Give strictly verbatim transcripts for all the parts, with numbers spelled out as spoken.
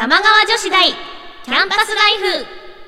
玉川女子大キャンパスライフ。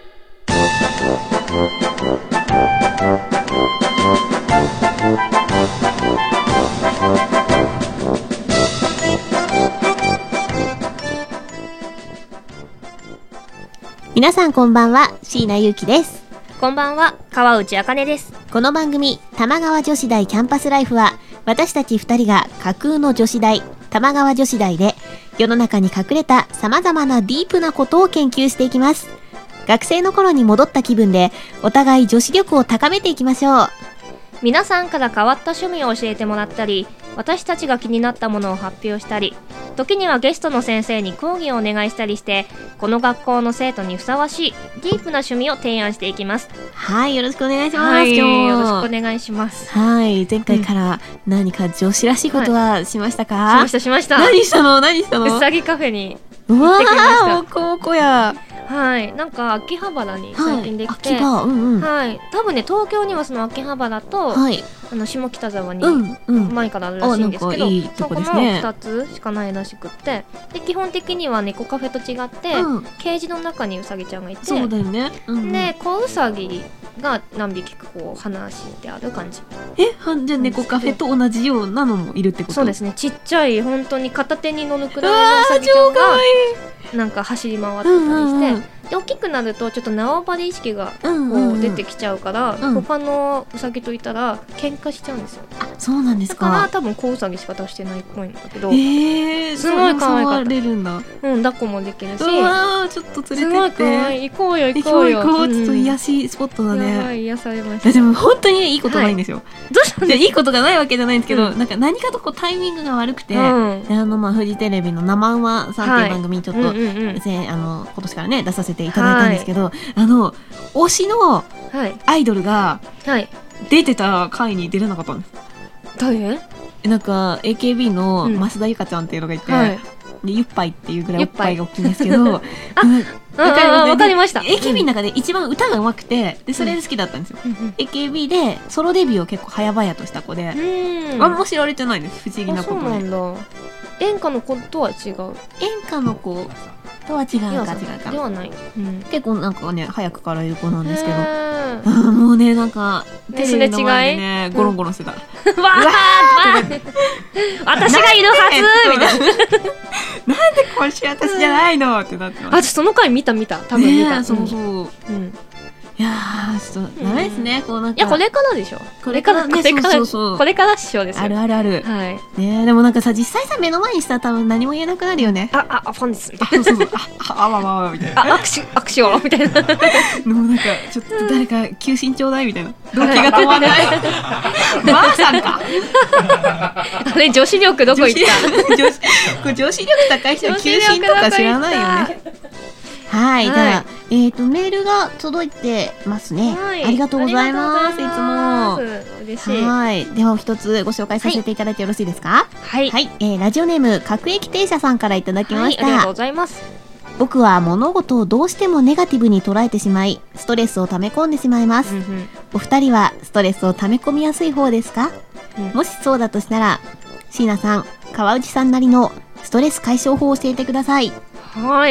皆さんこんばんは、椎名優樹です。 こんばんは、川内あかねです。 この番組玉川女子大キャンパスライフは、私たちふたりが架空の女子大玉川女子大で世の中に隠れた様々なディープなことを研究していきます。学生の頃に戻った気分でお互い女子力を高めていきましょう。 皆さんから変わった趣味を教えてもらったり、私たちが気になったものを発表したり、時にはゲストの先生に講義をお願いしたりして、この学校の生徒にふさわしいディープな趣味を提案していきます。 はい、よろしくお願いします。 はい、 今日よろしくお願いします。 はい、前回から何か女子らしいことはしましたか？ はい、しましたしました。 何したの何したの？ うさぎカフェにうわ行ってきました。 ー、おこおこや。 はい、なんか秋葉原に最近できて、 はい、秋葉、うんうん、 はい、多分ね東京にはその秋葉原と、はい、あの下北沢に前からあるらしいんですけど、うんうん、いいとこですね、そこのふたつしかないらしくって、で基本的には猫カフェと違って、うん、ケージの中にうさぎちゃんがいて、 そうだよね、うんうん、 で子うさぎが何匹かこう話してある感じ。 え、はじゃあ猫カフェと同じようなのもいるってこと？ そうですね、ちっちゃい本当に片手に乗るくらいのうさぎちゃんがなんか走り回ってたりして、うんうんうん、で大きくなるとちょっと縄張り意識がこう出てきちゃうから、うんうんうん、他のうさぎといたら喧嘩しちゃうんですよ。 あ、そうなんですか。 だから多分子うさぎしか出してないっぽいんだけど、 えー、 すごい可愛かった。 れるんだ。 うん、抱っこもできるし、 うわー、ちょっと連れてって。すごい可愛い。 行こうよ行こうよ。 行こう、ちょっと癒しスポットだね。 やばい、癒されました。 でも本当にいいことないんですよ。はい、 どうしたんですか？ いいことがないわけじゃないんですけど、うん、なんか何かとこうタイミングが悪くて、うん、であのまあフジテレビの生馬さんっていう番組にちょっと、はい、うんうんうん、あの今年からね出させていただいたんですけど、はい、あの推しのアイドルが出てた回に出れなかったんです。 誰？ なんか エーケービー の増田ゆかちゃんっていうのがいて、うん、はい、でゆっぱいっていうぐらいおっぱいが大きいんですけど、あ、 わかりました。 エーケービー の中で一番歌が上手くて、でそれで好きだったんですよ、うんうん、エーケービー でソロデビューを結構早々とした子で、うん、あんま知られてないです。不思議なことで。 あ、そうなんだ。演歌の子とは違う。 演歌の子とは違うか違うかではない、うん、 結構なんかね早くからいる子なんですけど、あもうねなんかテレビの前でねゴロンゴロンしてた、うん、わー私がいるはずみたいななんで今週私じゃないのってなってます。 あ、その回見た見た多分見た、 ね、そうそう、うん、いやーちょっとダメですね、うん、こうなんかいやこれからでしょ、これからね、そうそうそう、これからっしょですよ。 あるあるある、 はい、 ね、でもなんかさ実際さ目の前にしたら多分何も言えなくなるよね。 あああファンですみたいな、そうそうああわわわみたいな、 あ握手握手をみたいなもうなんかちょっと誰か休診ちょうだいみたいな、動機が止まんないばあさんかあれ女子力どこ行った女子これ女子力高い人は休診とか知らないよね。はい、はい、じゃあ、えーと、メールが届いてますね。はい、ありがとうございます。いつも。 嬉しい。 はい。では、一つご紹介させていただいてよろしいですか？ はい。 はい。えー、ラジオネーム、各駅停車さんからいただきました。 はい、ありがとうございます。 僕は物事をどうしてもネガティブに捉えてしまい、ストレスを溜め込んでしまいます。うんうん、お二人は、ストレスを溜め込みやすい方ですか？うん、もしそうだとしたら、椎名さん、川内さんなりのストレス解消法を教えてください。 はい、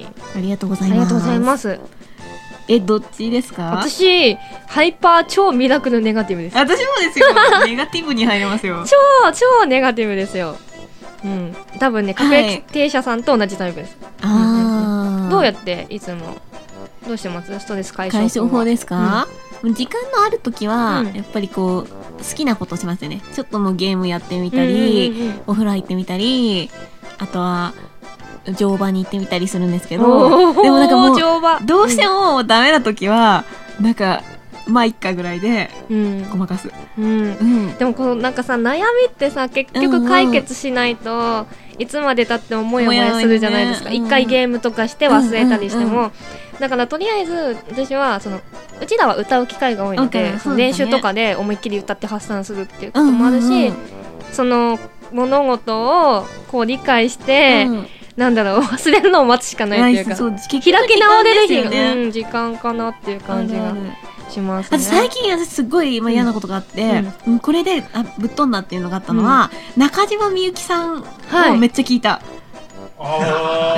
ありがとうございます。 ありがとうございます。 え、どっちですか？ 私ハイパー超ミラクルネガティブです。 私もですよネガティブに入れますよ。 超超ネガティブですよ。うん、多分ね各駅停車さんと同じタイプです。あ、うんうん、どうやっていつもどうしてます？ストレス解消法。解消法ですか？うん、時間のある時は、うん、やっぱりこう好きなことしますよね。ちょっともうゲームやってみたり、うんうんうん、お風呂入ってみたり、あとは乗馬に行ってみたりするんですけど、でもなんかもうどうしてもダメな時は、うん、なんかまあいっかぐらいでごまかす、 うんうんうん、でもこのなんかさ悩みってさ結局解決しないと、うんうん、いつまでたってもモヤモヤするじゃないですか、ね、一回ゲームとかして忘れたりしても、うんうんうん、だからとりあえず私はそのうちらは歌う機会が多いので、その練習とかで思いっきり歌って発散するっていうこともあるし、うんうんうん、その物事をこう理解して、うん、なんだろう忘れるのを待つしかないっていうか、そう開き直れる日が、ね、うん、時間かなっていう感じがしますね。 最近私すごい、まあ、嫌なことがあって、うん、これであぶっ飛んだっていうのがあったのは、うん、中島みゆきさんをめっちゃ聞いた、は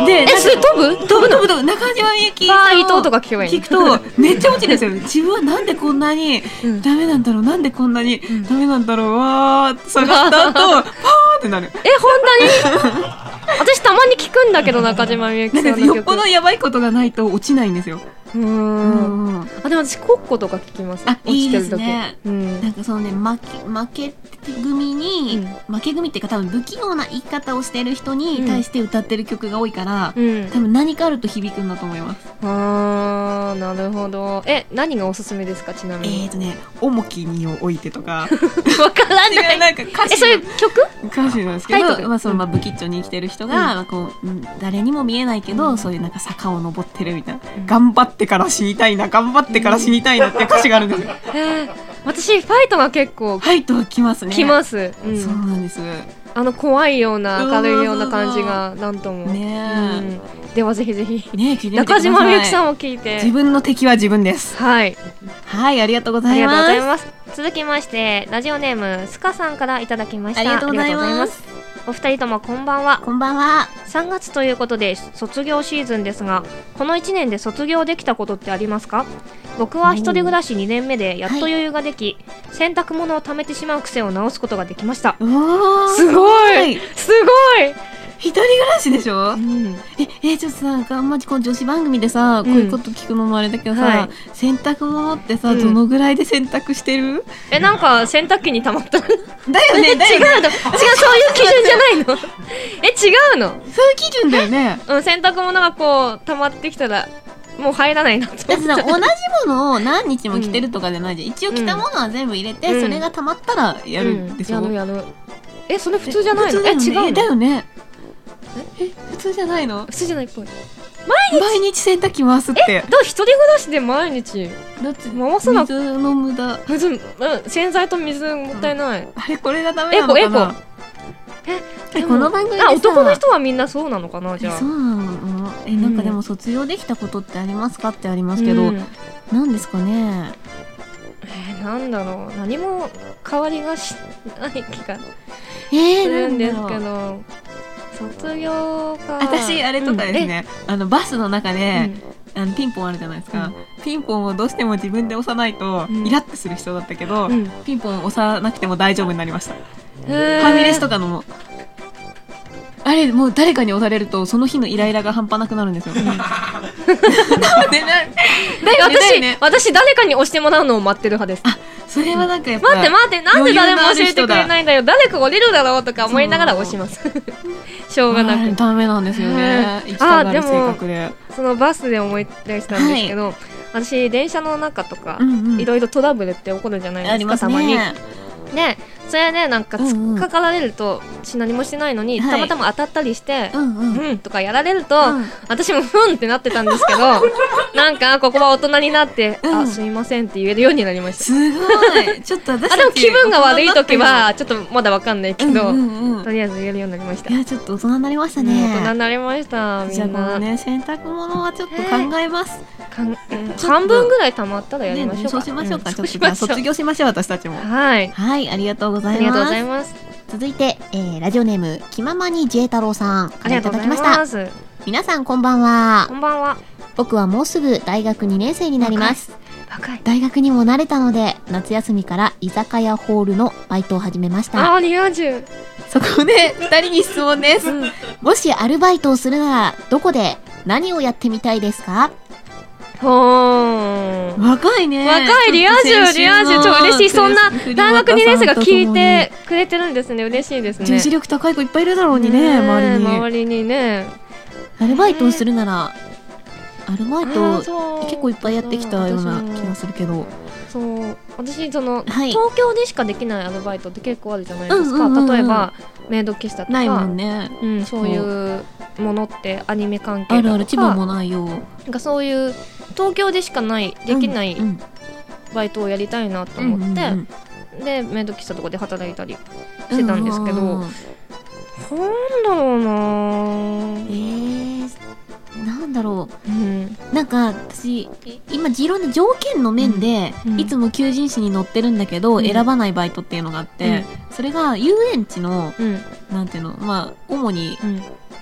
でえそれ飛ぶ飛ぶ飛ぶ飛ぶ中島みゆきファーイトとか聞けばいいの聞くとめっちゃ落ちるんですよ。自分はなんでこんなにうんダメなんだろう、なんでこんなにんダメなんだろう、わーって下がった後パーってなる。 え本当に私たまに聞くんだけど中島みゆきさなんんかの曲よっぽどやばいことがないと落ちないんですよ。 うーうんんあでも私コッコとか聞きますあ落ちてる時いいですねうんなんかそのね負け負け組に、負け組っていうか多分不器用な言い方をしてる人に対して歌ってる曲が多いから、 うん多分何かあると響くんだと思います。 あーなるほどえ何がおすすめですかちなみにえーとね重きにを置いてとかわからない違うなんか歌詞えそういう曲歌詞なんですけタイトルど、まあそのまあ不吉祥に生きてる人が、まあこううん誰にも見えないけど、 うんそういうなんか坂を登ってるみたいな、 うん頑張ってから死にたいな頑張ってから死にたいなっていう歌詞があるんですよ。 えー私ファイトが結構ファイトは来ますね。 きます、うんそうなんですあの怖いような明るいような感じがなんとも、 ねうん、ではぜひぜひね聞いてみてください。 中島みゆきさんを聞いて自分の敵は自分です。 はいはいありがとうごありがとうざいます。 ございます続きましてラジオネームスカさんからいただきましたありがとうございますありがとうございますお二人ともこんばんはこんばんは。 さんがつということで卒業シーズンですがこのいちねんで卒業できたことってありますか？僕は一人暮らしにねんめでやっと余裕ができ、洗濯物を溜めてしまう癖を直すことができました。 おーすごいすごい、 一人暮らしでしょ。 うんええちょっとさなんかあんまりこの女子番組でさ、こういうこと聞くのもあれだけどさ、 はい洗濯物ってさ、 うんどのぐらいで洗濯してる？ えなんか洗濯機に溜まっただよねだ違うよね。 の違うそういう基準じゃないのえ違うのそういう基準だよね。 うん洗濯物がこう溜まってきたらもう入らないなとだっ思ってさ同じものを何日も着てるとかじゃないじゃん、一応着たものは全部入れて、 うんそれが溜まったらやるんでしょ、 うん、やるやるえそれ普通じゃないのええ違うのだよねえ普通じゃないの？ 普通じゃないっぽい毎日洗濯機回すってだから一人暮らしで毎日だって回さなく水の無駄水うん洗剤と水もったいない、 あれこれがダメなのかな？ エコエコえこの番組でさあ男の人はみんなそうなのかなじゃあえそうなの？えなんかでも卒業できたことってありますかってありますけど、 うんなんですかね。 えー、なんだろう何も変わりがしない気がえー、 するんですなんだろう。 けど卒業か私あれとかですね、あのバスの中うんで、あのピンポンあるじゃないですか、ピンポンをどうしても自分で押さないとうんイラッとする人だったけど、 うんうんピンポン押さなくても大丈夫になりました。 へーファミレスとかのもあれもう誰かに押されるとその日のイライラが半端なくなるんですよ。なんでなだよねだよ私、 ね。 私誰かに押してもらうのを待ってる派ですそれはなんかやっぱ待って待ってなんで誰も教えてくれいないんだよ誰か降りるだろうとか思いながら押しますしょうがなくダメなんですよね。 うん行きたがる性あでも格で。 そのバスで思い出したんですけど、私電車の中とか、 うんうんいろいろトラブルって起こるじゃないですかありますたまにね。 ねそれでなんかうんうん突っかかられると、私何もしてないのに、 はいたまたま当たったりして、 うんううん。 んとかやられると、 うん私もふんってなってたんですけどなんかここは大人になって、 うんあすいませんって言えるようになりましたすごい。ちょっと私たちあでも気分が悪い時はちょっとまだわかんないけど、 うんうんうんとりあえず言えるようになりましたいやちょっと大人になりましたうんね。 大人になりましたみじゃあんな、 このね洗濯物はちょっと考えます。 かんえーちょっと半分ぐらい溜まったらやりましょうか、 ねそうしましょうか。 んちょっとじゃあそうしましょう卒業しましょう私たちも。 はいはいありがとうございます。 ありがとうございます続いて、えー、ラジオネーム気ままに J 太郎さんからいありがとうごただきました。 ざいます皆さんこんばんはこ。んばんは僕はもうすぐ大学にねん生になります。 若い大学にも慣れたので夏休みから居酒屋ホールのバイトを始めました。 あーリア充そこでふたりに質問です。 うんもしアルバイトをするならどこで何をやってみたいですか？ ほーん若いね。 若いリア充リア充超嬉しいそんな大学にねん生が聞いてくれてるんですね嬉しいですね女子力高い子いっぱいいるだろうにね、周りに。 周りにねアルバイトをするなら、アルバイあートそう結構いっぱいやってきたような私も気がするけど。 そう私その、 はい東京でしかできないアルバイトって結構あるじゃないですか、 うんうんうんうん例えばメイド喫茶とかないもんね。 うん、そういうものってアニメ関係だとかあるある、千葉もないよ。 なんかそういう東京でしかないできないうんバイトをやりたいなとうん思って、 うんうんでメイド喫茶とかで働いたりしてたんですけど、 うんうんうんなんだろうなえー、なんだろう。 うんなんか私今持論で条件の面で、 うんいつも求人誌に載ってるんだけど、 うん選ばないバイトっていうのがあって、それが遊園地のうんなんていうのまあ主にうん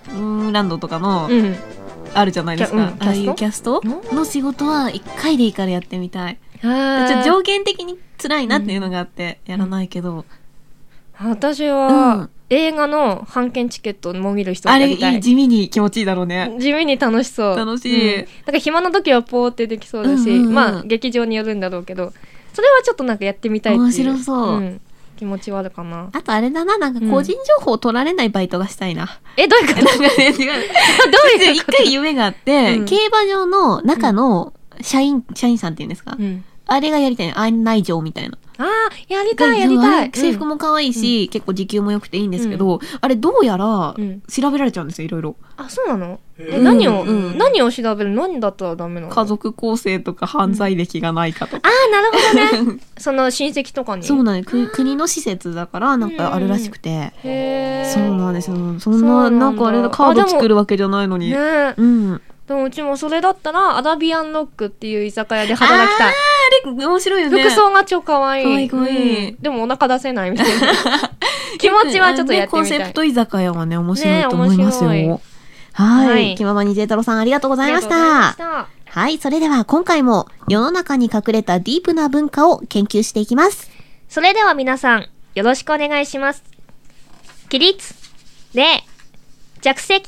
ーランドとかの、 うん、 あるじゃないですか、 うん、 ああいうキャストの仕事はいっかいでいいからやってみたい。ちょっと条件的に辛いなっていうのがあってやらないけど、 うん、私は、うん、映画の半券チケットも見る人がやりたい。 あれいい、地味に気持ちいいだろうね。 地味に楽しそう。 楽しい、 うん、なんか暇な時はポーってできそうだし、うんうんうん、まあ劇場によるんだろうけど、それはちょっとなんかやってみたいっていう面白そう、うん、 気持ちはあるかな。 あとあれだな、なんか個人情報取られないバイトがしたいな、うん、 えどういうこと？なんかね違うどういうこと？一回夢があって、うん、競馬場の中の社員、社員さんっていうんですか、うん、あれがやりたいね。案内状みたいな。 ああ、やりたいやりたい。 制服も可愛いし、うん、結構時給も良くていいんですけど、うん、あれどうやら調べられちゃうんですよ、いろいろ。 あ、そうなの？え、何を、うん、何を調べる？何だったらダメなの？ 家族構成とか犯罪歴がないかとか。 うん、ああ、なるほどね。その親戚とかに。 そうなんです。国の施設だからなんかあるらしくて。へー。そうなんですよ。そんな、なんかあれだ、カード作るわけじゃないのに。 ね、うん。でもうちもそれだったらアラビアンロックっていう居酒屋で働きたい。あー、あれ面白いよね。 服装が超可愛い。 可愛い可愛い、 うん。でもお腹出せないみたいな。気持ちはちょっとやってみたい。 コンセプト居酒屋はね、面白いと思いますよ。ね、はい、はい。気ままにジェイ太郎さんありがとうございました。したはい。それでは今回も世の中に隠れたディープな文化を研究していきます。 それでは皆さん、よろしくお願いします。起立、礼、着席。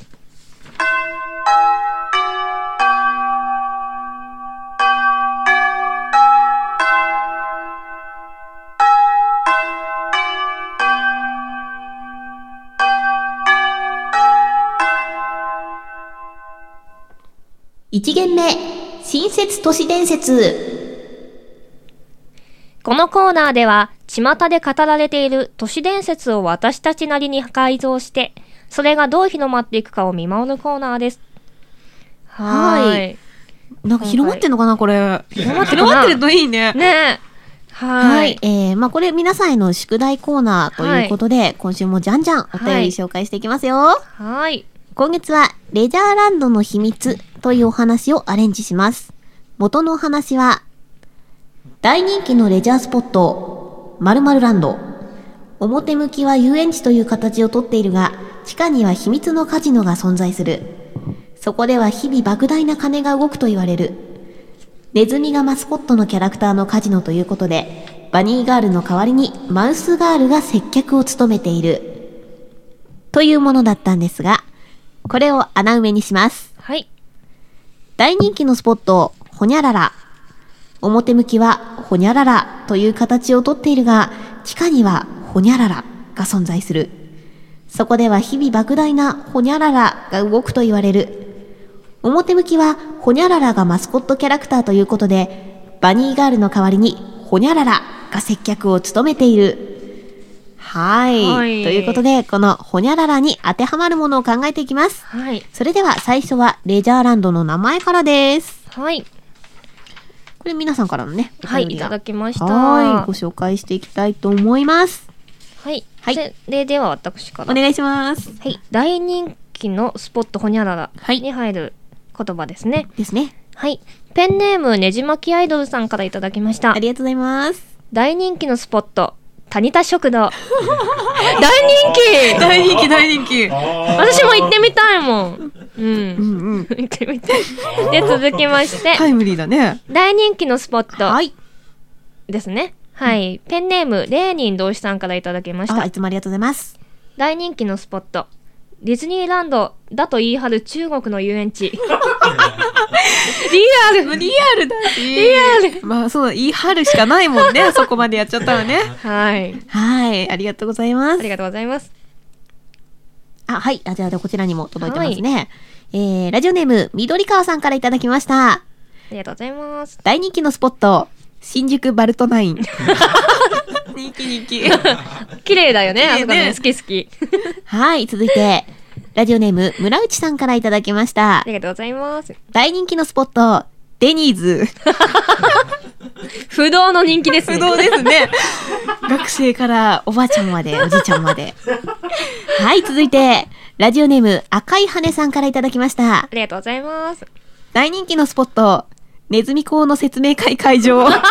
一限目、新設都市伝説。 このコーナーでは、巷で語られている都市伝説を私たちなりに改造して、それがどう広まっていくかを見守るコーナーです。はい。 なんか広まってんのかな、これ。 広まってる広まってるといいね。 ねはい。はい。 えー、まあこれ皆さんへの宿題コーナーということで、はい、今週もじゃんじゃんお便り紹介していきますよ。 はい。 今月は、レジャーランドの秘密というお話をアレンジします。元のお話は、大人気のレジャースポット、〇〇ランド。表向きは遊園地という形をとっているが、地下には秘密のカジノが存在する。そこでは日々莫大な金が動くと言われる。ネズミがマスコットのキャラクターのカジノということで、バニーガールの代わりにマウスガールが接客を務めている。というものだったんですが、これを穴埋めにします。 はい。 大人気のスポット、ホニャララ。表向きはホニャララという形をとっているが、地下にはホニャララが存在する。そこでは日々莫大なホニャララが動くと言われる。表向きはホニャララがマスコットキャラクターということで、バニーガールの代わりにホニャララが接客を務めている。はい、はい。ということで、このホニャララに当てはまるものを考えていきます。 はい。 それでは最初はレジャーランドの名前からです。 はい。 これ皆さんからのね、 はい、いただきました。 はい。ご紹介していきたいと思います。 はい。はい。で、では私から。 お願いします。 はい。大人気のスポットホニャララに入る言葉ですね。 ですね。 はい。ペンネームねじまきアイドルさんからいただきました。 ありがとうございます。 大人気のスポット。タニタ食堂。大人気大人気大人気私も行ってみたいもん。うん。うんうん。行ってみたい。で、続きまして。 タイムリーだね。 大人気のスポット。 はい。 ですね。はい。ペンネーム、レーニン同士さんからいただきました。 あ、いつもありがとうございます。 大人気のスポット。ディズニーランドだと言い張る中国の遊園地。リアルリアルだし。 リアルまあそう、言い張るしかないもんね。そこまでやっちゃったわね。 はい。 はい。ありがとうございます。 ありがとうございます。 あ、はい。あ、じゃあこちらにも届いてますね。はい、えー、ラジオネーム、緑川さんからいただきました。ありがとうございます。 大人気のスポット、新宿バルトナイン。人気人気。 綺麗だよね。あそこね、好き好き。 はい。続いて、ラジオネーム、村内さんからいただきました。 ありがとうございます。 大人気のスポット、デニーズ。 不動の人気ですね。 不動ですね。学生からおばあちゃんまで、おじいちゃんまで。はい。続いて、ラジオネーム、赤い羽さんからいただきました。 ありがとうございます。 大人気のスポット、ネズミ講の説明会会場。ダメ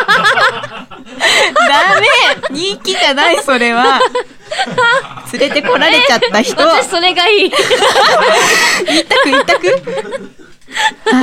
人気じゃない、それは。連れてこられちゃった人。 私それがいい。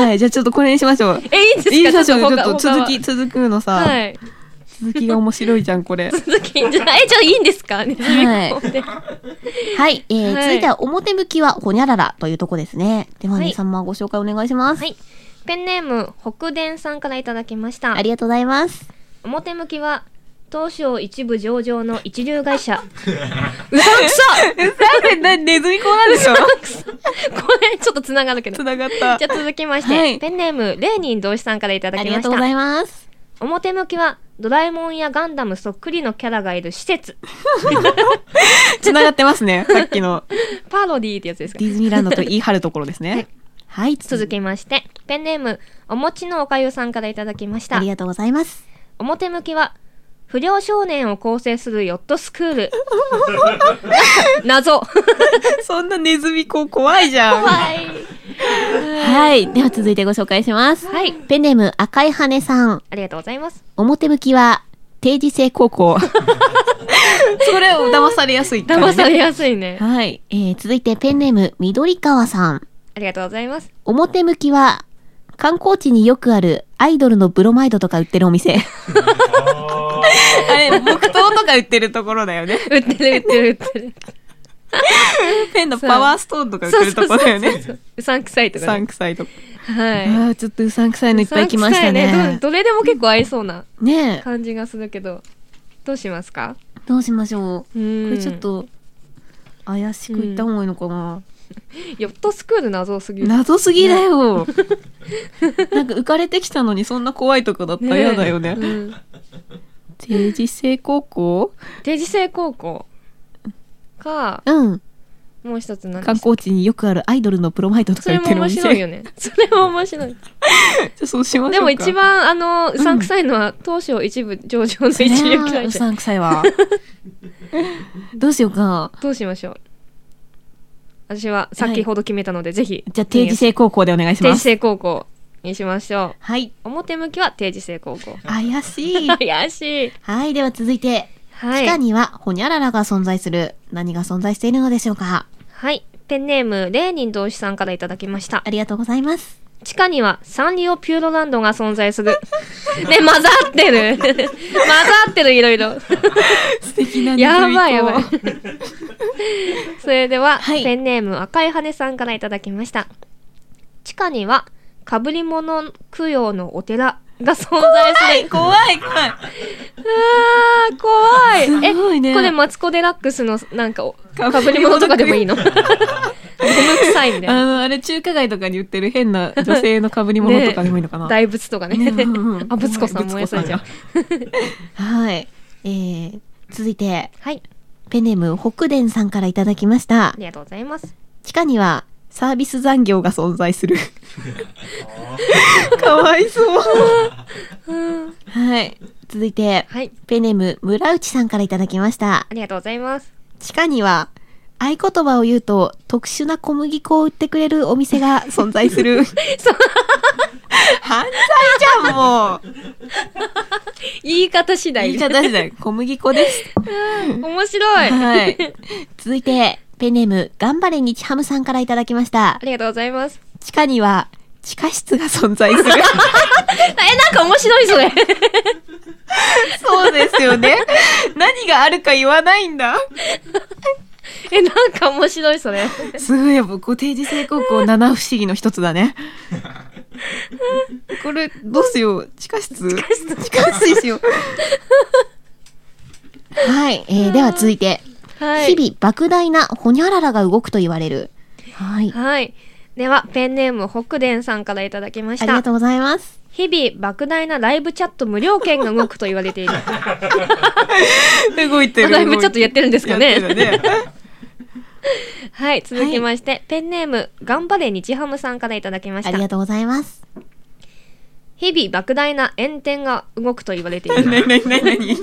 はい。じゃあちょっとこれにしましょう。 え、いいんですか？ いいでしょう。ちょっ他と続き、続くのさ。 はい。 続きが面白いじゃん、これ。 続き、じゃあ、え、じゃあいいんですか？ね、 はいはい、えーはい続いては表向きはほにゃららというとこですね。では、 はいねさんまご紹介お願いします。 はい。ペンネーム、北電さんからいただきました。 ありがとうございます。 表向きは、東証一部上場の一流会社。うさんくさなんで、ネズミ講なんでしょこれ、ちょっと繋がるけど。 繋がった。 じゃあ続きまして、 はいペンネーム、レーニン同士さんからいただきました。 ありがとうございます。 表向きは、ドラえもんやガンダムそっくりのキャラがいる施設。 繋がってますね。さっきのパロディーってやつですか？ ディズニーランドと言い張るところですね。はい。 続きまして、ペンネーム、お餅のおかゆさんからいただきました。 ありがとうございます。 表向きは、不良少年を構成するヨットスクール。謎。 そんなネズミ講怖いじゃん。 怖い。 はい。では続いてご紹介します。 はい。 ペンネーム赤い羽さん。 ありがとうございます。 表向きは定時制高校。それを騙されやすい、ね。 騙されやすいね。 はい。えー、続いてペンネーム緑川さん。 ありがとうございます。 表向きは観光地によくあるアイドルのブロマイドとか売ってるお店。あれ、木刀とか売ってるところだよね。 売ってる売ってる売ってる。 ペンのパワーストーンとか売ってるところだよね。 うさんくさいとか、ね。 うさんくさいとか。 はい。 ああ、ちょっとうさんくさいのいっぱい来ましたね。 ねど。どれでも結構合いそうなね感じがするけど、どうしますか？ どうしましょう。 うんこれちょっと怪しく言った方がいいのかな。 ヨットスクール謎すぎる。 謎すぎだよ。なんか浮かれてきたのにそんな怖いとこだったら嫌だよね。 うん、 定時制高校？ 定時制高校か、 うん。 もう一つ何観光地によくあるアイドルのプロマイドとか売ってるお店。 それも面白いよね。それも面白い。 じゃあそうしましょうか。 でも一番あのうさんくさいのは、東証一部上場の一流会社。 うさんくさいわ。どうしようか。 どうしましょう。私は先ほど決めたので、はい、ぜひ。 じゃあ定時制高校でお願いします。 定時制高校にしましょう。 はい。 表向きは定時制高校。 怪しい。 怪しい。 はい。では続いて、はい、地下にはホニャララが存在する。何が存在しているのでしょうか？ はい。ペンネーム、レーニン同士さんからいただきました。 ありがとうございます。 地下にはサンリオピューロランドが存在する。ね、混ざってる。混ざってる、いろいろ。 素敵なネズミ子。 やばいやばい。それでは、 はい、 ペンネーム赤い羽さんからいただきました。地下には、かぶり物供養のお寺が存在する。 怖い、怖い、怖い。 あー、怖い。 すごいね。 え、これマツコデラックスの、なんか、かぶり物とかでもいいの？ゴム臭いみたいな。 あの、あれ中華街とかに売ってる変な女性のかぶり物とかでもいいのかな？ ね、大仏とかね。 ねうんうん、 あ、仏子さんもやさいじゃん。 はい。えー、続いて、 はい。 ペンネーム北電さんからいただきました。 ありがとうございます。 地下にはサービス残業が存在する。かわいそう。はい。続いて、はい、ペンネーム村内さんからいただきました。 ありがとうございます。 地下には合言葉を言うと特殊な小麦粉を売ってくれるお店が存在する。犯罪じゃんもう。 言い方次第。 言い方次第。小麦粉です。 面白い。 はい。続いてペンネーム頑張れ日ハムさんからいただきました。 ありがとうございます。 地下には地下室が存在する。え、なんか面白いそれ。 そうですよね。何があるか言わないんだ。 え、なんか面白いそれ。 すごい、やっぱこう定時制高校七不思議の一つだね。これどうしよう。地下室地下室地下室にしよう。はい、えー、では続いて、はい、日々莫大なホニャララが動くと言われる。はい。 はい。ではペンネーム北電さんからいただきました。 ありがとうございます。 日々莫大なライブチャット無料券が動くと言われている。 動いてる。 ライブチャットやってるんですかね。 ねはい、続きまして、はい、ペンネーム頑張れ日ハムさんからいただきました。 ありがとうございます。 日々莫大な炎天が動くと言われている。 なになになになに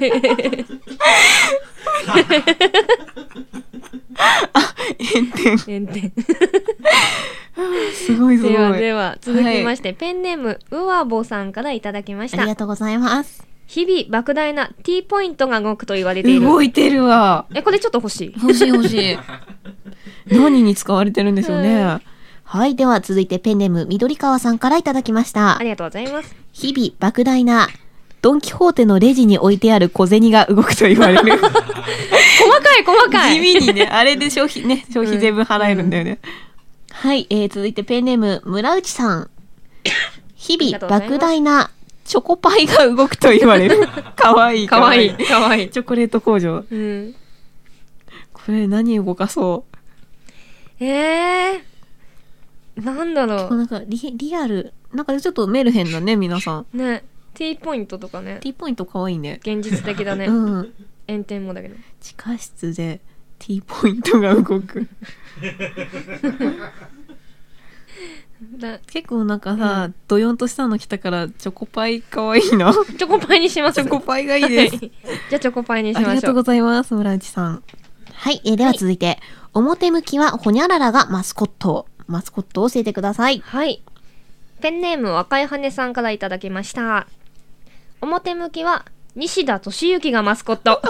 あ、炎天。 炎天。 すごいすごい。 ではでは続きまして、はい、ペンネームうわぼさんからいただきました。 ありがとうございます。 日々莫大な T ポイントが動くと言われている。 動いてるわ。 え、これちょっと欲しい。 欲しい欲しい。何に使われてるんでしょうね。 はい。では続いてペンネーム緑川さんからいただきました。 ありがとうございます。 日々莫大なドンキホーテのレジに置いてある小銭が動くと言われる。 細かい細かい。 地味にね、あれで消費ね、消費全部払えるんだよね。うんうん、はい。えー、続いてペンネーム村内さん。日々莫大なチョコパイが動くと言われる。かわいいかわいいかわいい。 チョコレート工場。 うん。 これ何動かそう。 えー、なんだろう。 なんかリリアルなんかちょっとメルヘンだね皆さん。 ね。T ポイントとかね。 T ポイントかわいいね。 現実的だね。 うん。 炎天もだけど。 地下室で T ポイントが動く。結構なんかさ、うん、ドヨンとしたの来たからチョコパイかわいいな。 チョコパイにします。 チョコパイがいいです。はい、 じゃあチョコパイにしましょう。 ありがとうございます村内さん。はい、えー、では続いて、はい、表向きはホニャララがマスコット。マスコットを教えてください。 はい。ペンネーム赤い羽さんからいただきました。表向きは西田敏行がマスコット。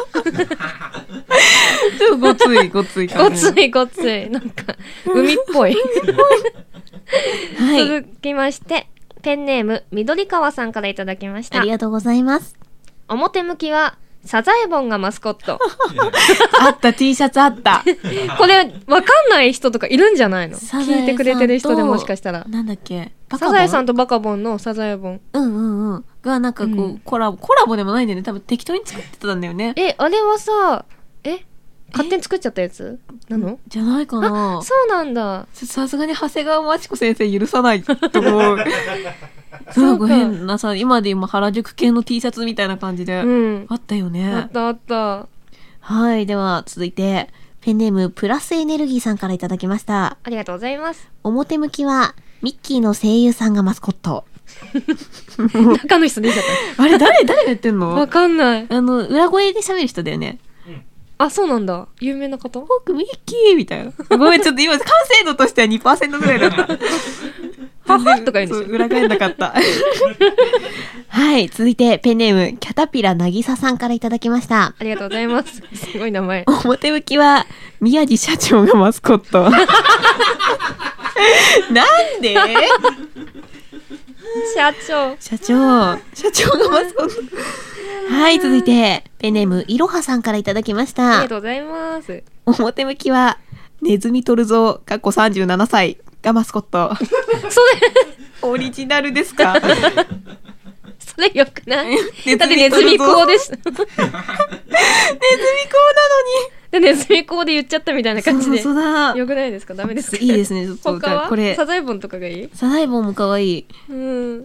ちょっとごついごついごついごついなんか海っぽい。はい、続きましてペンネーム緑川さんからいただきました。 ありがとうございます。 表向きはサザエボンがマスコット。 あった T シャツあった。 これわかんない人とかいるんじゃないの？聞いてくれてる人でもしかしたら。 なんだっけ？ サザエさんとバカボンのサザエボン。 うんうんうん。がなんかこう、うん、コラボコラボでもないんだよね。多分適当に作ってたんだよね。 えあれはさえ勝手に作っちゃったやつなの？ じゃないかな。 そうなんだ。 さすがに長谷川町子先生許さないと思う。そうか変なさ今で今原宿系の T シャツみたいな感じで、うん、あったよね。 あったあった。 はい。では続いてペンネームプラスエネルギーさんからいただきました。 ありがとうございます。 表向きはミッキーの声優さんがマスコット。 中の人出ちゃった。 あれ誰誰が言ってんの？ わかんない。 あの裏声で喋る人だよね。 あ、そうなんだ。有名な方？ 僕ミッキーみたいな。ごめん、ちょっと今完成度としては にパーセント ぐらいだった。 ははとか言うんですよ。 裏返んなかった。はい。続いてペンネームキャタピラなぎささんからいただきました。 ありがとうございます。すごい名前。 表向きは宮地社長がマスコット。なんで？ 社長社長社長がマスコット。はい。続いてペンネームいろはさんからいただきました。 ありがとうございます。 表向きはネズミ取るぞかっこさんじゅうななさいがマスコット。 それオリジナルですか？ それよくない？だってネズミ講です。ネズミ講なのに。でネズミ講で言っちゃったみたいな感じで。 そうだ。 よくないですか？ダメですか？ いいですね。ちょっと他はこれサザエボンとかがいい？ サザエボンも可愛い。 うん。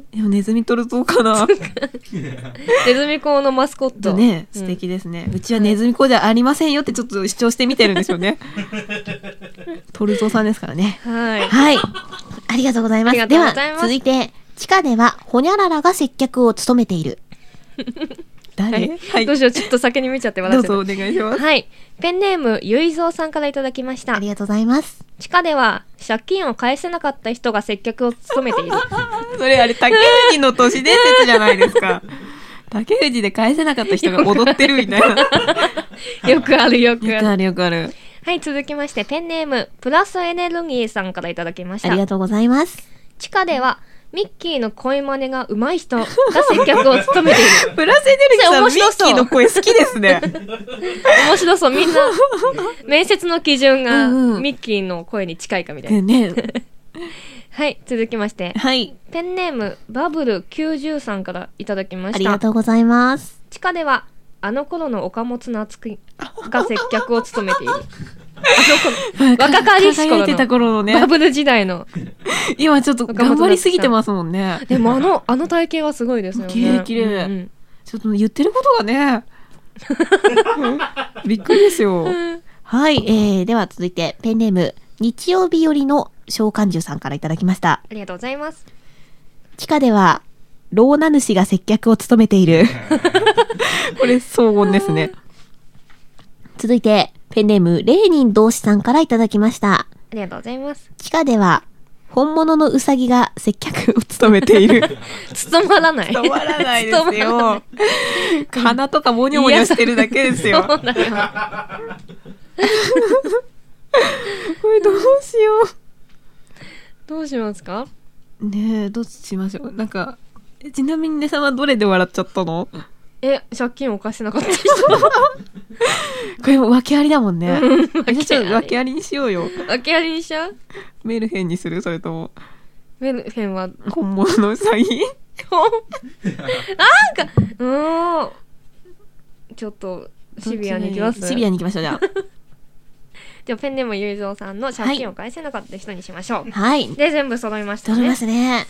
でもネズミ取るぞかな。 ネズミ講のマスコットね、素敵ですね。うちはネズミ講じゃありませんよってちょっと主張してみてるんですよね。トルゾーさんですからね。 はい。 はい。ありがとうございます。では続いて地下ではホニャララが接客を務めている。誰？はいはい、どうしよう、ちょっと先に見ちゃって笑っちゃった。 どうぞお願いします。 はい。ペンネームゆいぞうさんからいただきました。 ありがとうございます。 地下では借金を返せなかった人が接客を務めている。 それあれ竹内の都市伝説じゃないですか。竹内で返せなかった人が踊ってるみたいな。 よくあるよくある。 よくあるよくある。 はい、続きましてペンネームプラスエネルギーさんからいただきました。 ありがとうございます。 地下ではミッキーの声真似が上手い人が接客を務めている。 プラスエネルギーさん、ミッキーの声好きですね。 面白そう。みんな、面接の基準がミッキーの声に近いかみたいな。ね、はい、続きまして。 はい。 ペンネーム、バブルきゅうじゅうさんからいただきました。 ありがとうございます。 地下では、あの頃の岡本夏樹が接客を務めている。あの頃、若かりし頃の、頃のね、バブル時代の。 今ちょっと頑張りすぎてますもんね。 でもあの、あの体型はすごいですよね。 綺麗綺麗、うんうん。ちょっと言ってることがね。びっくりですよ。はい、えー、では続いて、ペンネーム、日曜日よりの召喚獣さんからいただきました。 ありがとうございます。 地下では、老名主が接客を務めている。これ、荘厳ですね。続いて、ペンネーム、レーニン同志さんからいただきました。 ありがとうございます。 地下では、本物のウサギが接客を務めている。 務まらない。 務まらないですよ。鼻とかモニョモニョしてるだけですよ。そうだよ。これどうしよどうしますかねえ、どうしましょう。なんかちなみにねさんはどれで笑っちゃったの？ え、借金を犯してなかった人これも訳ありだもんね。 訳ありちょっと訳ありにしようよ。 訳ありにしちゃう？ メルヘンにする？それともメルヘンは本物のウサギ？ なんかうーんちょっとシビアにいきます。 シビアにいきましょう。じゃあじゃあペンネームゆうぞうさんの借金を返せなかった人にしましょう。 はい、 で全部揃いましたね。 揃いますね。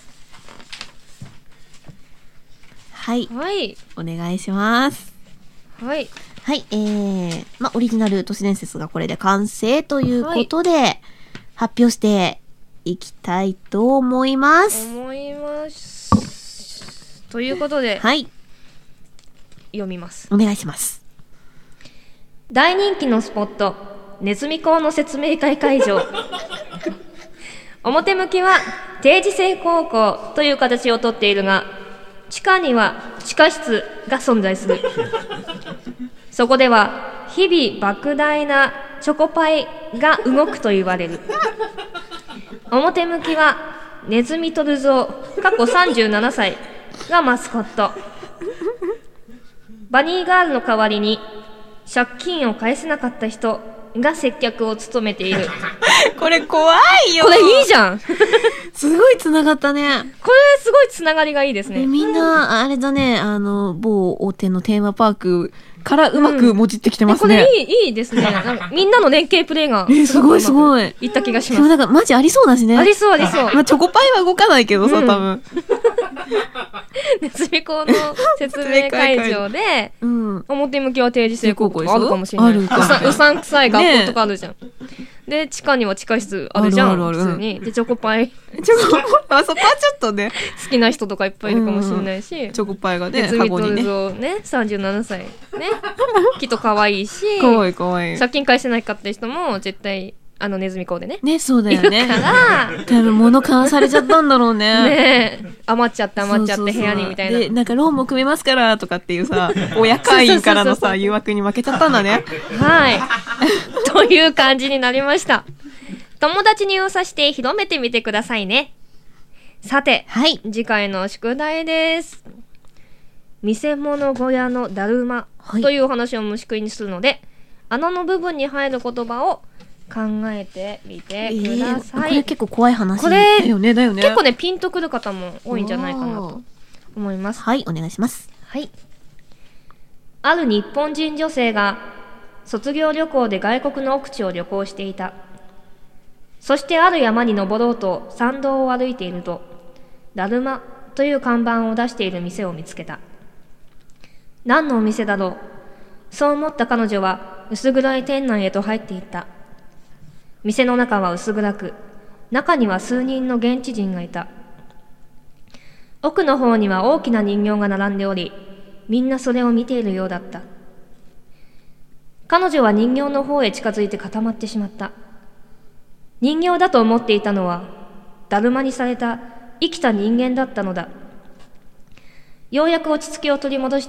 はい、 はい、 お願いします。 はい、 はい、えー、まあオリジナル都市伝説がこれで完成ということで、はい、発表していきたいと思います。 思います。ということで、 はい、 読みます。 お願いします。 大人気のスポット、ネズミ講の説明会会場。表向きは定時制高校という形をとっているが、地下には地下室が存在する。そこでは日々莫大なチョコパイが動くと言われる。表向きはネズミ捕るぞう過去さんじゅうななさいがマスコット。バニーガールの代わりに借金を返せなかった人が接客を務めている。 これ怖いよ。 これいいじゃん。 すごいつながったね。 これすごいつながりがいいですね。 みんなあれだね、あの某大手のテーマパークからうまくもじってきてますね。 うん、これいいいいですね。なんかみんなの連携プレーがすごいすごいいった気がします。 でもなんかマジありそうだしね。 ありそうありそう。 まあチョコパイは動かないけどさ、うん、多分。 ネズミ講の説明会場で、うん、表向きは定時制高校とかあるかもしれない。うさ、うさんくさい学校とかあるじゃん。ね、で地下には地下室あるじゃん。あるあるある、普通に。でチョコパイ。チョコパイあそこはちょっとね好きな人とかいっぱいいるかもしれないし、うん、 チョコパイがねネズミ捕るぞねさんじゅうななさいねきっと可愛いし、 可愛い可愛い。 借金返せないかって人も絶対あのネズミ講でね。 ね、そうだよね。 いるから多分物買わされちゃったんだろうね。 ねえ、余っちゃって余っちゃって部屋にみたいな。 で、なんかローンも組めますからとかっていうさ、親会員からのさ誘惑に負けちゃったんだね。 はい。という感じになりました。友達に噂して広めてみてくださいね。さて、 はい、 次回の宿題です。見せ物小屋のだるまというお話を虫食いにするので、穴の部分に入る言葉を考えてみてください。えー、 これ結構怖い話だよね。だよね。 結構ねピンとくる方も多いんじゃないかなと思います。 はい、お願いします。 はい。ある日本人女性が卒業旅行で外国の奥地を旅行していた。そしてある山に登ろうと山道を歩いていると、だるまという看板を出している店を見つけた。何のお店だろう。そう思った彼女は薄暗い店内へと入っていった。店の中は薄暗く、中には数人の現地人がいた。奥の方には大きな人形が並んでおり、みんなそれを見ているようだった。彼女は人形の方へ近づいて固まってしまった。人形だと思っていたのは、だるまにされた生きた人間だったのだ。ようやく落ち着きを取り戻して、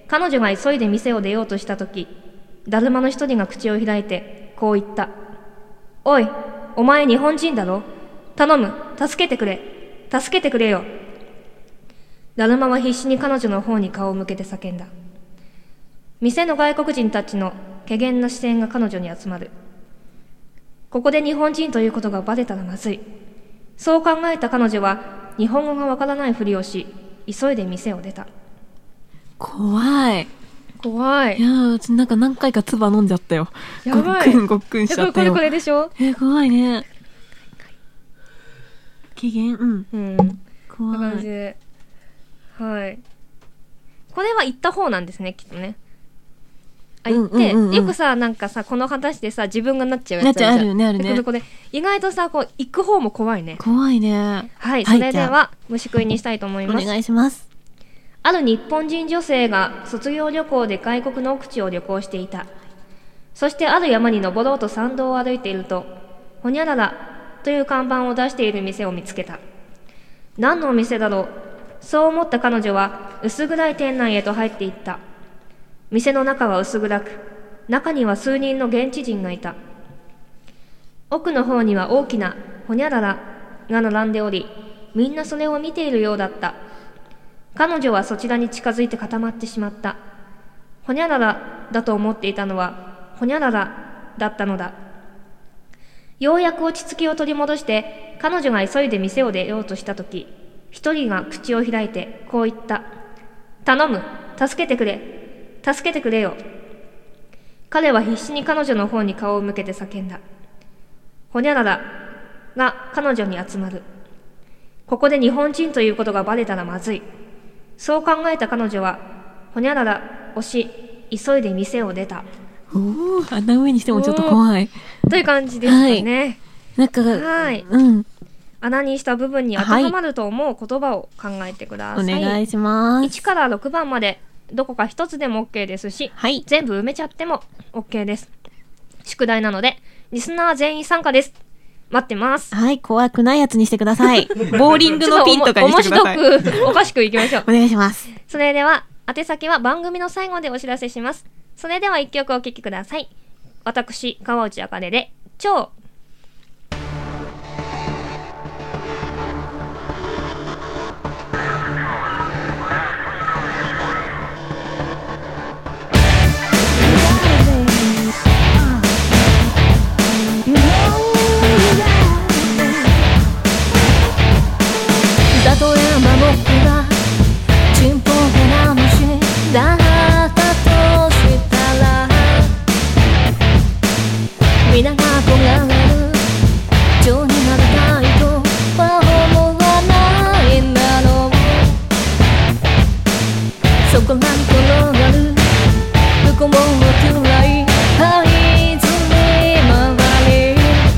彼女が急いで店を出ようとしたとき、だるまの一人が口を開いて、こう言った。おい、お前日本人だろ？頼む、助けてくれ。助けてくれよ。だるまは必死に彼女の方に顔を向けて叫んだ。店の外国人たちの怪訝な視線が彼女に集まる。ここで日本人ということがバレたらまずい。そう考えた彼女は日本語がわからないふりをし、急いで店を出た。 怖い。 怖い。 いやー、うちなんか何回か唾飲んじゃったよ。 やばい。 ごっくんごっくんしちゃったよ。 これこれこれでしょ。 えー、怖いね。機嫌、うん。 うん。 怖い。 こんな感じで。はい。これは言った方なんですね、きっとね。あ、言って、うんうんうんうん、よくさ、なんかさ、この話でさ、自分がなっちゃうやつあるじゃん。 なっちゃう、あるよね、あるね。 これ意外とさ、こう、行く方も怖いね。 怖いね。 はい、それでは、虫食いにしたいと思います。 お願いします。 ある日本人女性が卒業旅行で外国の奥地を旅行していた。そしてある山に登ろうと山道を歩いていると、ほにゃららという看板を出している店を見つけた。何のお店だろう。そう思った彼女は薄暗い店内へと入っていった。店の中は薄暗く、中には数人の現地人がいた。奥の方には大きなほにゃららが並んでおり、みんなそれを見ているようだった。彼女はそちらに近づいて固まってしまった。ほにゃららだと思っていたのはほにゃららだったのだ。ようやく落ち着きを取り戻して彼女が急いで店を出ようとしたとき、一人が口を開いてこう言った。頼む、助けてくれ、助けてくれよ。彼は必死に彼女の方に顔を向けて叫んだ。ほにゃららが彼女に集まる。ここで日本人ということがバレたらまずい。そう考えた彼女はほにゃらら押し急いで店を出た。 おお、穴上にしてもちょっと怖いという感じですかね。 はい、なんか、 はい、 うん、 穴にした部分に当てはまると思う言葉を考えてください。 お願いします。 いちからろくばんまでどこか一つでも OK ですし、 はい、 全部埋めちゃっても OK です。宿題なのでリスナー全員参加です。待ってます。 はい、怖くないやつにしてください。ボーリングのピンとかにしてください。 面白くおかしくいきましょう。 お願いします。 それでは宛先は番組の最後でお知らせします。それではいっきょくお聴きください。私川内あかねで超だとえば僕がちんぽけな虫だったとしたら、皆が憧れる蝶になりたいとは思わないんだろう。そこらに転がる向こうもくらい這いずり回り、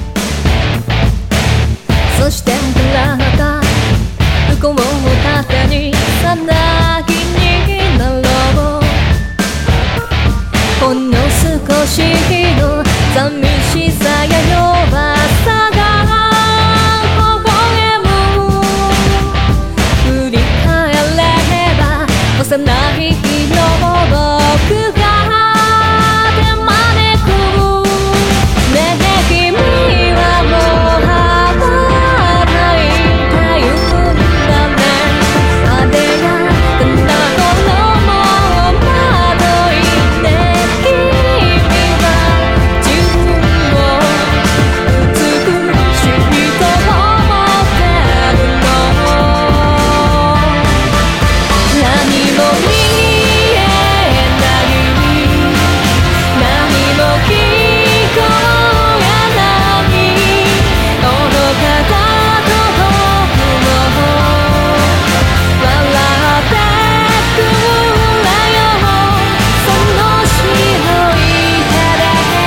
そして暗がった向こうを盾にさなぎになろう。ほんの少しの寂しさや弱さが微笑む。振り返れば幼い日の僕が手招く。ねえ君はもう羽ばたいてゆくんだね。あれやこんな頃も惑いて君は自分を美しいと思ってるの。何も見えない何も聞こえない愚かだと僕も笑ってくれよ。その白い手で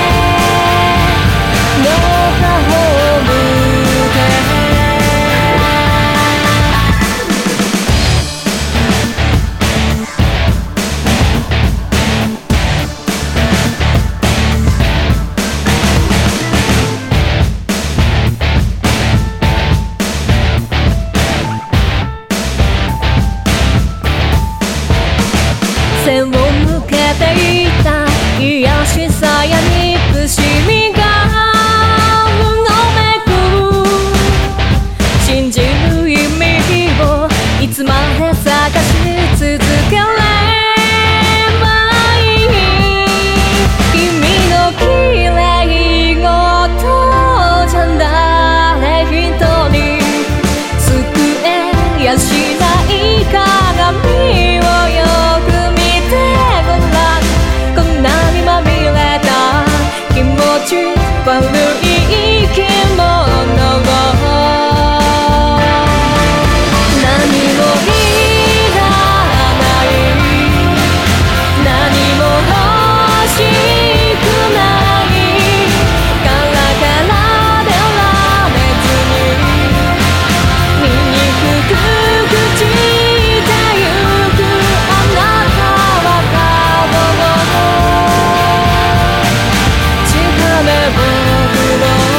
どうかを向け背を向けていた癒しさや憎しみがうごめく。信じる意味をいつまで探し続ければいい。君の綺麗事じゃ誰一人救えやしない鏡をよく見てごらん。こんなにまみれた気持ち悪い生き物を何もいらない何も欲しくないからからでられずに醜く朽ちてゆく。あなたは顔を近め僕を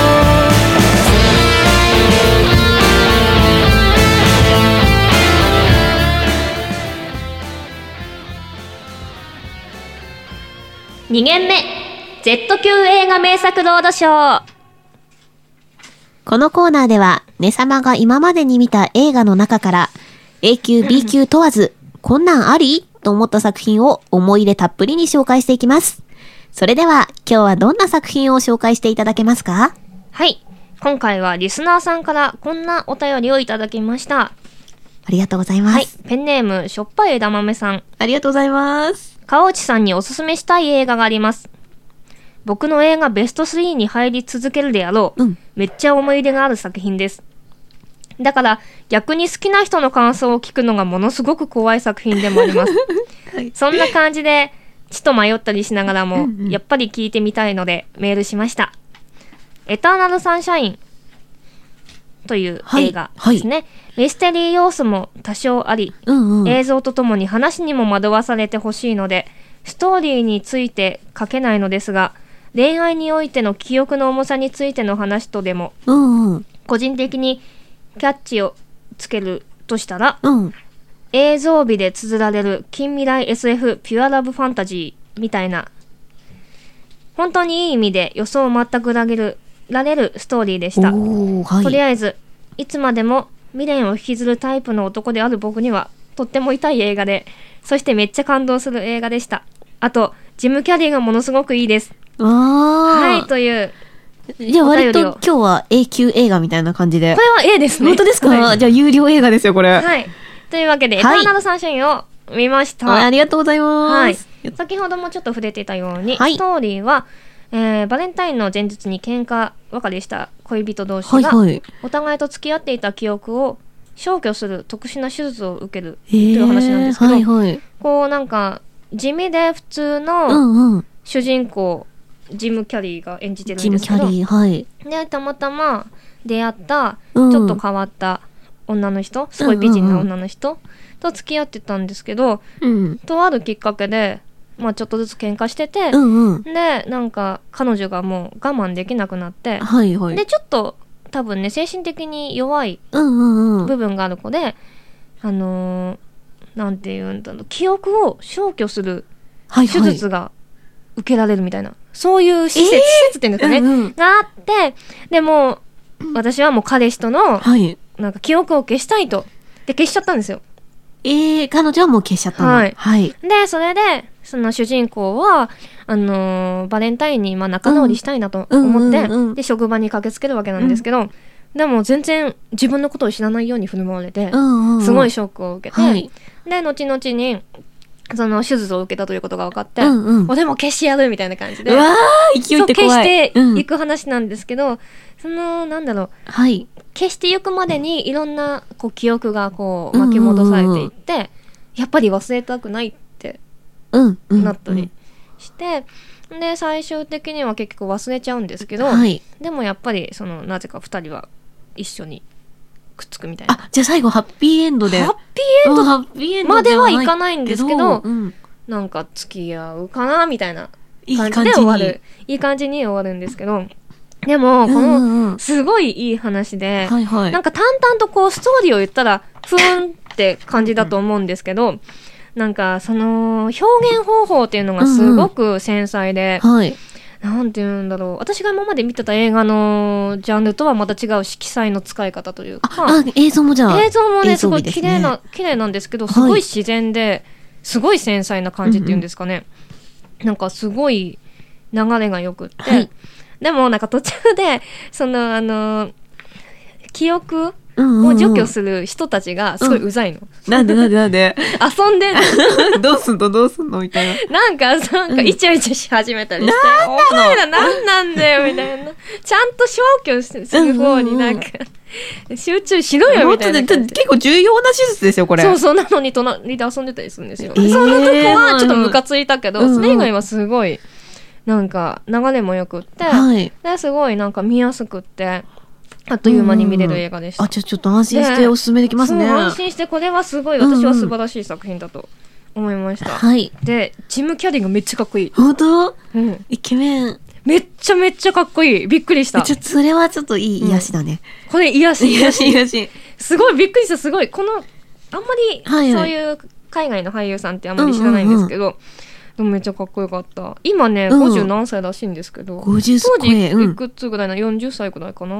に限目 Z 級映画名作ロードショー。 このコーナーではね様が今までに見た映画の中から A 級 B 級問わずこんなんありと思った作品を思い入れたっぷりに紹介していきます。それでは今日はどんな作品を紹介していただけますか？ はい、今回はリスナーさんからこんなお便りをいただきました。 ありがとうございます。 はい、ペンネームしょっぱい枝豆さん、 ありがとうございます。 川内さんにおすすめしたい映画があります。僕の映画ベストスリーに入り続けるであろう、うん、めっちゃ思い出がある作品です。だから逆に好きな人の感想を聞くのがものすごく怖い作品でもあります、はい、そんな感じでちょっと迷ったりしながらも、うんうん、やっぱり聞いてみたいのでメールしました。エターナルサンシャインという映画ですね、はいはい、ミステリー要素も多少あり、うんうん、映像とともに話にも惑わされてほしいのでストーリーについて書けないのですが、恋愛においての記憶の重さについての話とでも、うんうん、個人的にキャッチをつけるとしたら、うん、映像美で綴られる近未来 エスエフ ピュアラブファンタジーみたいな、本当にいい意味で予想を全く裏切るられるストーリーでした、はい、とりあえずいつまでも未練を引きずるタイプの男である僕にはとっても痛い映画で、そしてめっちゃ感動する映画でした。あとジム・キャリーがものすごくいいです。あはいという。 じゃあ割と今日は A 級映画みたいな感じで。 これは A ですね。 本当ですか、はい、じゃあ有料映画ですよこれ。 はい。というわけで、はい、エターナルサンシャインを見ました。 ありがとうございます。 はい。先ほどもちょっと触れていたように、はい、ストーリーは、えー、バレンタインの前日に喧嘩別れした恋人同士が、はいはい、お互いと付き合っていた記憶を消去する特殊な手術を受けるという話なんですけど、はいはい、こうなんか地味で普通の主人公、うんうん、ジム・キャリーが演じてるんですけど、ジム・キャリー、はい、でたまたま出会ったちょっと変わった女の人、うん、すごい美人な女の人と付き合ってたんですけど、うん、とあるきっかけで、まあ、ちょっとずつ喧嘩してて、うんうん、でなんか彼女がもう我慢できなくなって、はいはい、でちょっと多分ね精神的に弱い部分がある子で、うんうんうん、あのー、なんていうんだろう、記憶を消去する手術が受けられるみたいな、はいはい、そういう施設、えー、施設っていうんですかね、うんうん、があって、でも私はもう彼氏との、はい、なんか記憶を消したいとで消しちゃったんですよ。 えー、彼女はもう消しちゃったんだ。はい、 はい、でそれでその主人公はあのー、バレンタインにまあ仲直りしたいなと思って、うんうんうんうん、で職場に駆けつけるわけなんですけど、うん、でも全然自分のことを知らないように振る舞われて、うんうん、すごいショックを受けて、はい、で後々にその手術を受けたということが分かって、うんうん、もうでも消してやるみたいな感じで、うわー勢いって怖い、そう消していく話なんですけど、うん、そのなんだろう、はい、消していくまでにいろんなこう記憶がこう巻き戻されていって、うんうんうん、やっぱり忘れたくないってなったりして、うんうん、で最終的には結局忘れちゃうんですけど、はい、でもやっぱりそのなぜかふたりは一緒にくっつくみたいな。 あ、じゃあ最後ハッピーエンドで。 ハッピーエンド、ハッピーエンドまではいかないんですけど、うん、なんか付き合うかなみたいな感じで終わる。いい感じに終わるんですけど、でもこのすごいいい話で、うんうん、なんか淡々とこうストーリーを言ったらふーんって感じだと思うんですけど、なんかその表現方法っていうのがすごく繊細で、うんうん、はい、なんていうんだろう、私が今まで見てた映画のジャンルとはまた違う色彩の使い方というか、 ああ映像もじゃあ映像もねすごい綺麗な綺麗なんですけど、すごい自然で、はい、すごい繊細な感じっていうんですかね、うんうん、なんかすごい流れがよくって、はい、でもなんか途中でそのあの記憶を除去する人たちがすごいうざいの、うん、 なんでなんでなんで遊んでんのどうすんのどうすんのみたいな、なんかなんかイチャイチャし始めたりして、うん、お前らなんなんだよみたいな、ちゃんと消去する方になんか、うんうん、集中しろよみたいな感じ、 結構重要な手術ですよこれ。 そうそう、なのに隣で遊んでたりするんですよ、えー、そんなとこはちょっとムカついたけど、うん、それ以外はすごいなんか流れもよくって、はい、ですごいなんか見やすくってあっという間に見れる映画でした、 うん、あ、じゃあちょっと安心しておすすめできますね。 安心して、これはすごい私は素晴らしい作品だと思いました、うんうん、はい。でジム・キャリーがめっちゃかっこいい。 本当、うん、イケメンめっちゃめっちゃかっこいい。びっくりした。 ちょそれはちょっといい癒しだね、 うん、これ癒し癒し癒しすごいびっくりした。すごいこのあんまり、はいはい、そういう海外の俳優さんってあんまり知らないんですけど、うんうんうん、でもめっちゃかっこよかった。今ね、うん、ごじゅう何歳らしいんですけど、 ごじゅう当時いくつぐらいな、うん、よんじゅっさいぐらいかな。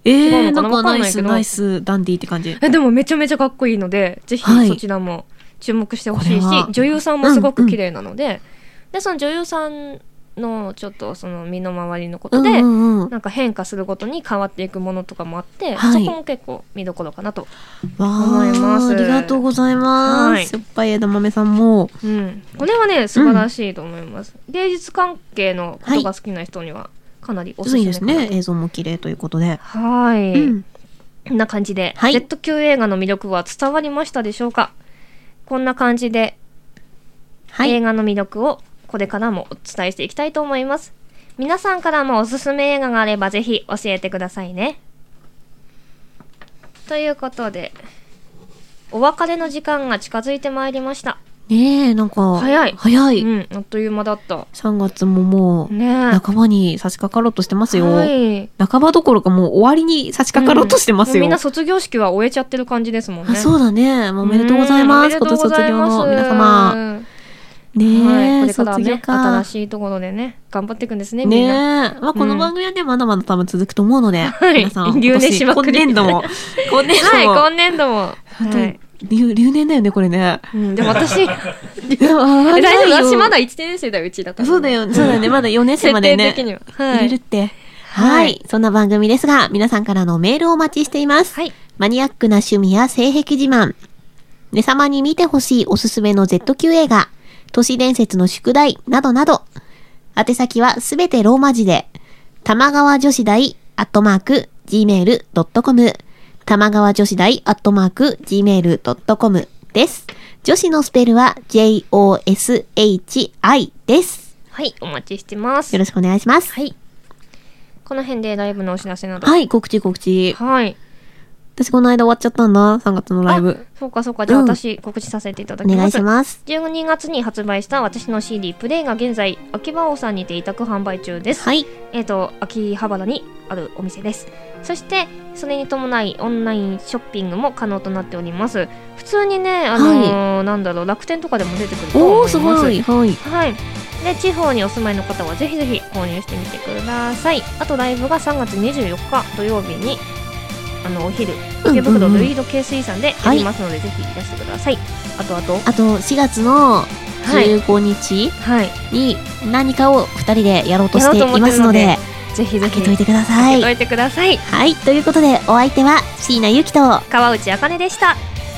えー、 違うのかななんわかんないけどかナイスナイスダンディって感じ。 えでもめちゃめちゃかっこいいのでぜひはいそちらも注目してほしいし、 これは女優さんもすごく綺麗なので、でその女優さんのちょっとその身の回りのことで、 うんうんうん、 なんか変化するごとに変わっていくものとかもあって、 はいそこも結構見どころかなとわ思います。 ありがとうございます。 はいしょっぱい枝豆さんも。 うん、これはね素晴らしいと思います、うん、芸術関係のことが好きな人にはかなりおすすめいいですね。映像も綺麗ということで。 はい、 うん、 こんな感じで、 はい、 Z 級映画の魅力は伝わりましたでしょうか。こんな感じで、はい、映画の魅力をこれからもお伝えしていきたいと思います。皆さんからもおすすめ映画があればぜひ教えてくださいね。ということでお別れの時間が近づいてまいりました。 ねえ、なんか早い早い、 うん、あっという間だった。 さんがつももう、 ね、 半ばに差し掛かろうとしてますよ、 はい、 半ばどころかもう終わりに差し掛かろうとしてますよ、 うん、みんな卒業式は終えちゃってる感じですもんね。 あ、そうだね。もうおめでとうございます。今年卒業の皆様ねえ、 はい、これからね、 卒業か新しいところでね、頑張っていくんですね、みんな。 ねえ、まあ、この番組はね、うん、まだまだ多分続くと思うので、 はい、 皆さん、 留年しまくり。 今年度も、今年度も。 はい、今年度も。はい、 留, 留年だよね、これね。 うん、でも私、大丈夫、私まだいちねん生だよ、うちだから、ね。そうだよ、 そうだよね、まだよねん生までね。 設定的には。はい。 入れるって。はい、はい。そんな番組ですが、皆さんからのメールをお待ちしています。 はい。 マニアックな趣味や性癖自慢、ねさまに見てほしいおすすめの Z 級映画、都市伝説の宿題などなど、宛先はすべてローマ字で、玉川女子大アットマーク ジーメールドットコム、玉川女子大アットマーク ジーメールドットコム です。女子のスペルは ジェイオーエスエイチアイ です。 はい、お待ちしてます。 よろしくお願いします。 はい。この辺でライブのお知らせなど。 はい、告知告知。 はい。 私この間終わっちゃったんだ、さんがつのライブ。 そうかそうか、じゃあ私告知させていただきます。 お願いします。 じゅうにがつに発売した私の シーディー プレイが現在、秋葉王さんにて委託販売中です。 はい。 えっと、秋葉原にあるお店です。そして、それに伴いオンラインショッピングも可能となっております。普通にね、あのーはい、なんだろう、楽天とかでも出てくると思います。 おー、すごい。はい。 はい。で、地方にお住まいの方はぜひぜひ購入してみてください。あとライブがさんがつにじゅうよっか土曜日に、あのお昼池袋ルイードケー水産でやりますので、はい、ぜひいらしてください。あとあとあとしがつのじゅうごにちに何かをふたりでやろうとしていますので、 ぜひぜひ開けといてください。 開けといてください。 はい、ということでお相手は椎名ゆきと川内あかねでした。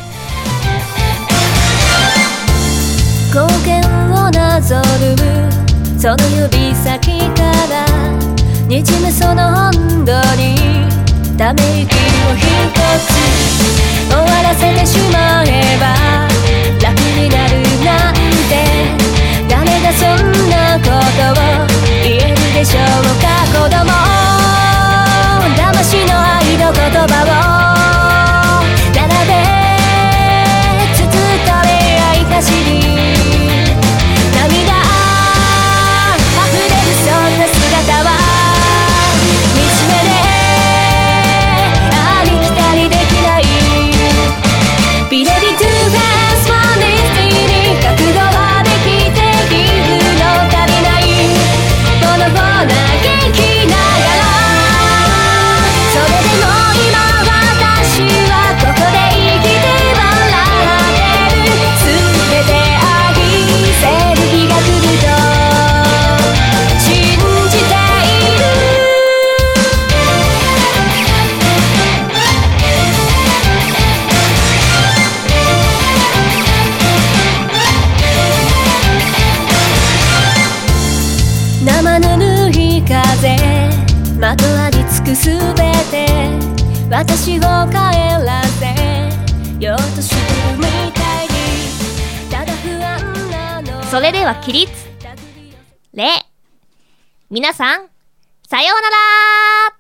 光源をなぞるその指先からにじむその温度にため息を一つ終わらせてしまえば楽になるなんて誰がそんなことを言えるでしょうか。子供騙しの愛の言葉を並べつつと恋愛歌詞に涙溢れるそんな姿は見つめでビレビトゥフェスワンディスティに覚悟はできているの足りないほのぼな元気ながらそれでも今私はここで生きて笑ってる全て愛せる日が来ると信じている生ぬるい風まとわりつくすべて私を帰らせようとしてるみたいにただ不安なの。 それでは起立礼。皆さんさようなら。